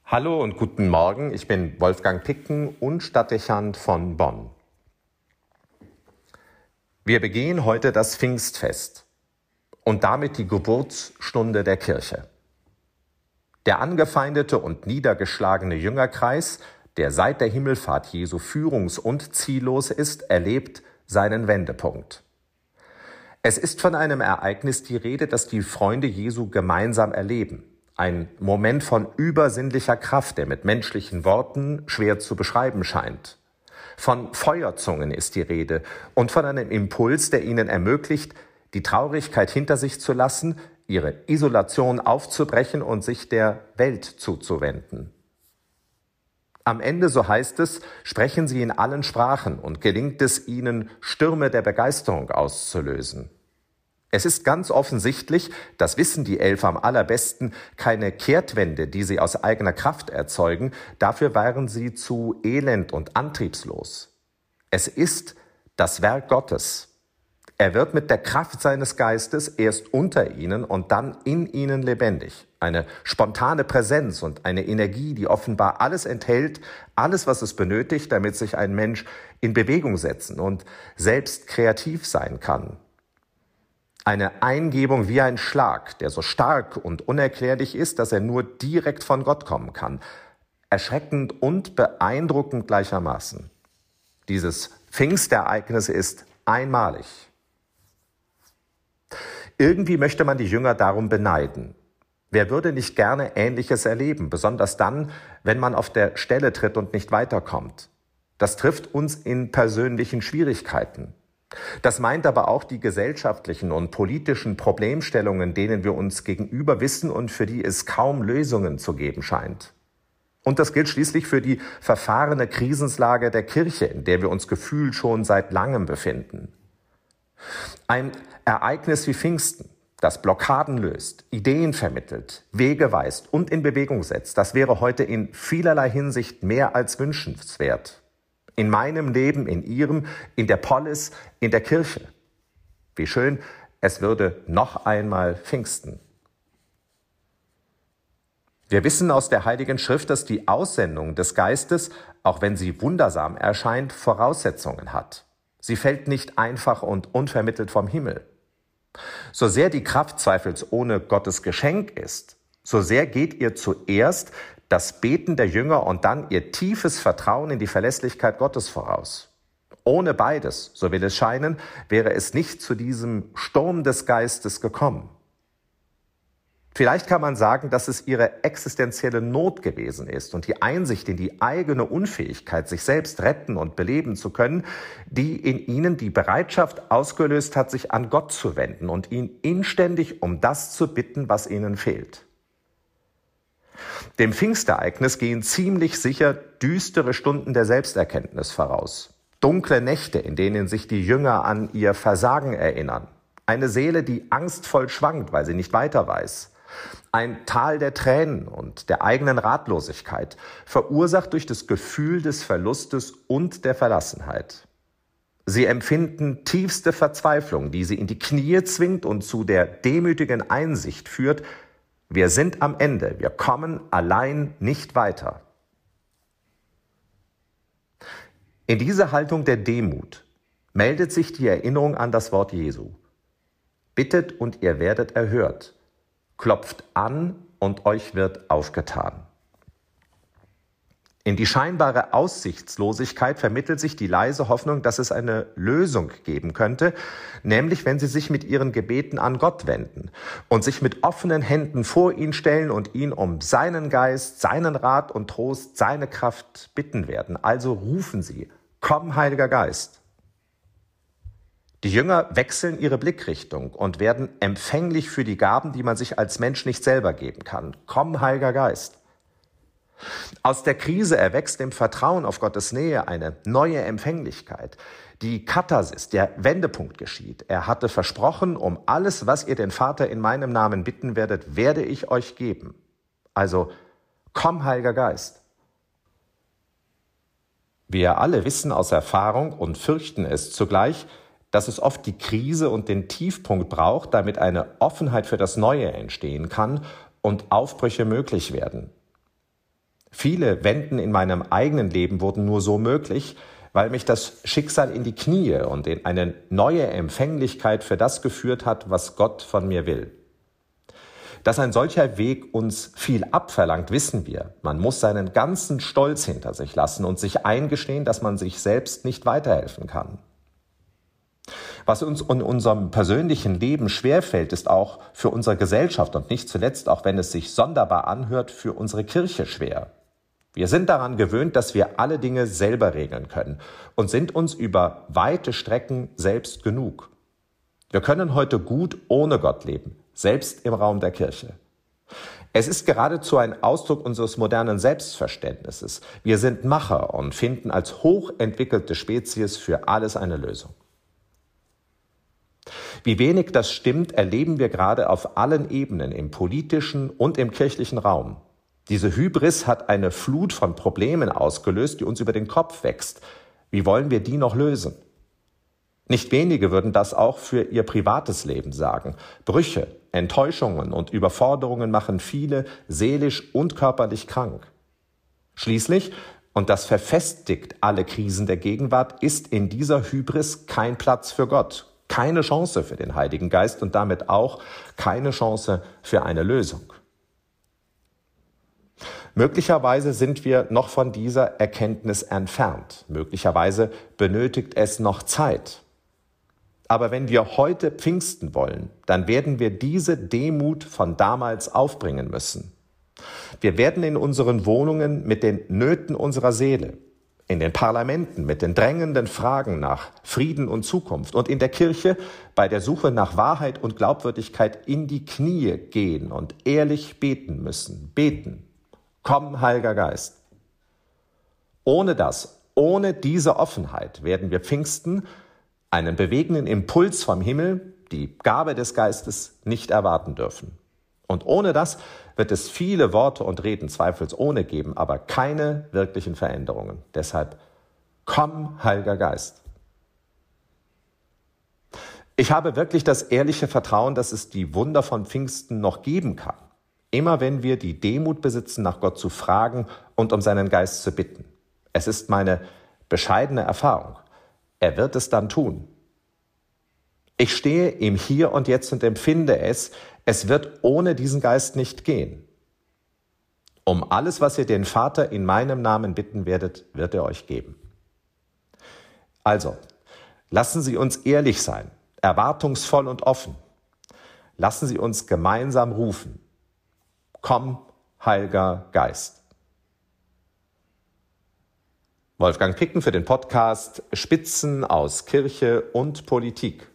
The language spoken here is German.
Hallo und guten Morgen, ich bin Wolfgang Picken und Stadtdechant von Bonn. Wir begehen heute das Pfingstfest und damit die Geburtsstunde der Kirche. Der angefeindete und niedergeschlagene Jüngerkreis, der seit der Himmelfahrt Jesu führungs- und ziellos ist, erlebt seinen Wendepunkt. Es ist von einem Ereignis die Rede, das die Freunde Jesu gemeinsam erleben. Ein Moment von übersinnlicher Kraft, der mit menschlichen Worten schwer zu beschreiben scheint. Von Feuerzungen ist die Rede und von einem Impuls, der ihnen ermöglicht, die Traurigkeit hinter sich zu lassen, ihre Isolation aufzubrechen und sich der Welt zuzuwenden. Am Ende, so heißt es, sprechen sie in allen Sprachen und gelingt es ihnen, Stürme der Begeisterung auszulösen. Es ist ganz offensichtlich, das wissen die Elf am allerbesten, keine Kehrtwende, die sie aus eigener Kraft erzeugen, dafür waren sie zu elend und antriebslos. Es ist das Werk Gottes. Er wird mit der Kraft seines Geistes erst unter ihnen und dann in ihnen lebendig. Eine spontane Präsenz und eine Energie, die offenbar alles enthält, alles, was es benötigt, damit sich ein Mensch in Bewegung setzen und selbst kreativ sein kann. Eine Eingebung wie ein Schlag, der so stark und unerklärlich ist, dass er nur direkt von Gott kommen kann. Erschreckend und beeindruckend gleichermaßen. Dieses Pfingstereignis ist einmalig. Irgendwie möchte man die Jünger darum beneiden. Wer würde nicht gerne Ähnliches erleben, besonders dann, wenn man auf der Stelle tritt und nicht weiterkommt? Das trifft uns in persönlichen Schwierigkeiten. Das meint aber auch die gesellschaftlichen und politischen Problemstellungen, denen wir uns gegenüber wissen und für die es kaum Lösungen zu geben scheint. Und das gilt schließlich für die verfahrene Krisenslage der Kirche, in der wir uns gefühlt schon seit langem befinden. Ein Ereignis wie Pfingsten, das Blockaden löst, Ideen vermittelt, Wege weist und in Bewegung setzt, das wäre heute in vielerlei Hinsicht mehr als wünschenswert. In meinem Leben, in Ihrem, in der Polis, in der Kirche. Wie schön, es würde noch einmal Pfingsten. Wir wissen aus der Heiligen Schrift, dass die Aussendung des Geistes, auch wenn sie wundersam erscheint, Voraussetzungen hat. Sie fällt nicht einfach und unvermittelt vom Himmel. So sehr die Kraft zweifelsohne Gottes Geschenk ist, so sehr geht ihr zuerst das Beten der Jünger und dann ihr tiefes Vertrauen in die Verlässlichkeit Gottes voraus. Ohne beides, so will es scheinen, wäre es nicht zu diesem Sturm des Geistes gekommen. Vielleicht kann man sagen, dass es ihre existenzielle Not gewesen ist und die Einsicht in die eigene Unfähigkeit, sich selbst retten und beleben zu können, die in ihnen die Bereitschaft ausgelöst hat, sich an Gott zu wenden und ihn inständig um das zu bitten, was ihnen fehlt. Dem Pfingstereignis gehen ziemlich sicher düstere Stunden der Selbsterkenntnis voraus. Dunkle Nächte, in denen sich die Jünger an ihr Versagen erinnern. Eine Seele, die angstvoll schwankt, weil sie nicht weiter weiß. Ein Tal der Tränen und der eigenen Ratlosigkeit, verursacht durch das Gefühl des Verlustes und der Verlassenheit. Sie empfinden tiefste Verzweiflung, die sie in die Knie zwingt und zu der demütigen Einsicht führt: Wir sind am Ende, wir kommen allein nicht weiter. In dieser Haltung der Demut meldet sich die Erinnerung an das Wort Jesu. Bittet und ihr werdet erhört. Klopft an und euch wird aufgetan. In die scheinbare Aussichtslosigkeit vermittelt sich die leise Hoffnung, dass es eine Lösung geben könnte, nämlich wenn sie sich mit ihren Gebeten an Gott wenden und sich mit offenen Händen vor ihn stellen und ihn um seinen Geist, seinen Rat und Trost, seine Kraft bitten werden. Also rufen sie: Komm, Heiliger Geist. Die Jünger wechseln ihre Blickrichtung und werden empfänglich für die Gaben, die man sich als Mensch nicht selber geben kann. Komm, Heiliger Geist. Aus der Krise erwächst im Vertrauen auf Gottes Nähe eine neue Empfänglichkeit. Die Katharsis, der Wendepunkt geschieht. Er hatte versprochen: Um alles, was ihr den Vater in meinem Namen bitten werdet, werde ich euch geben. Also, komm, Heiliger Geist. Wir alle wissen aus Erfahrung und fürchten es zugleich, dass es oft die Krise und den Tiefpunkt braucht, damit eine Offenheit für das Neue entstehen kann und Aufbrüche möglich werden. Viele Wenden in meinem eigenen Leben wurden nur so möglich, weil mich das Schicksal in die Knie und in eine neue Empfänglichkeit für das geführt hat, was Gott von mir will. Dass ein solcher Weg uns viel abverlangt, wissen wir. Man muss seinen ganzen Stolz hinter sich lassen und sich eingestehen, dass man sich selbst nicht weiterhelfen kann. Was uns in unserem persönlichen Leben schwerfällt, ist auch für unsere Gesellschaft und nicht zuletzt, auch wenn es sich sonderbar anhört, für unsere Kirche schwer. Wir sind daran gewöhnt, dass wir alle Dinge selber regeln können und sind uns über weite Strecken selbst genug. Wir können heute gut ohne Gott leben, selbst im Raum der Kirche. Es ist geradezu ein Ausdruck unseres modernen Selbstverständnisses. Wir sind Macher und finden als hochentwickelte Spezies für alles eine Lösung. Wie wenig das stimmt, erleben wir gerade auf allen Ebenen, im politischen und im kirchlichen Raum. Diese Hybris hat eine Flut von Problemen ausgelöst, die uns über den Kopf wächst. Wie wollen wir die noch lösen? Nicht wenige würden das auch für ihr privates Leben sagen. Brüche, Enttäuschungen und Überforderungen machen viele seelisch und körperlich krank. Schließlich, und das verfestigt alle Krisen der Gegenwart, ist in dieser Hybris kein Platz für Gott, keine Chance für den Heiligen Geist und damit auch keine Chance für eine Lösung. Möglicherweise sind wir noch von dieser Erkenntnis entfernt. Möglicherweise benötigt es noch Zeit. Aber wenn wir heute Pfingsten wollen, dann werden wir diese Demut von damals aufbringen müssen. Wir werden in unseren Wohnungen mit den Nöten unserer Seele, in den Parlamenten mit den drängenden Fragen nach Frieden und Zukunft und in der Kirche bei der Suche nach Wahrheit und Glaubwürdigkeit in die Knie gehen und ehrlich beten müssen. Beten. Komm, Heiliger Geist. Ohne diese Offenheit werden wir Pfingsten, einen bewegenden Impuls vom Himmel, die Gabe des Geistes, nicht erwarten dürfen. Und ohne das wird es viele Worte und Reden zweifelsohne geben, aber keine wirklichen Veränderungen. Deshalb, komm, Heiliger Geist. Ich habe wirklich das ehrliche Vertrauen, dass es die Wunder von Pfingsten noch geben kann. Immer wenn wir die Demut besitzen, nach Gott zu fragen und um seinen Geist zu bitten. Es ist meine bescheidene Erfahrung. Er wird es dann tun. Ich stehe im Hier und Jetzt und empfinde es wird ohne diesen Geist nicht gehen. Um alles, was ihr den Vater in meinem Namen bitten werdet, wird er euch geben. Also, lassen Sie uns ehrlich sein, erwartungsvoll und offen. Lassen Sie uns gemeinsam rufen. Komm, Heiliger Geist. Wolfgang Picken für den Podcast Spitzen aus Kirche und Politik.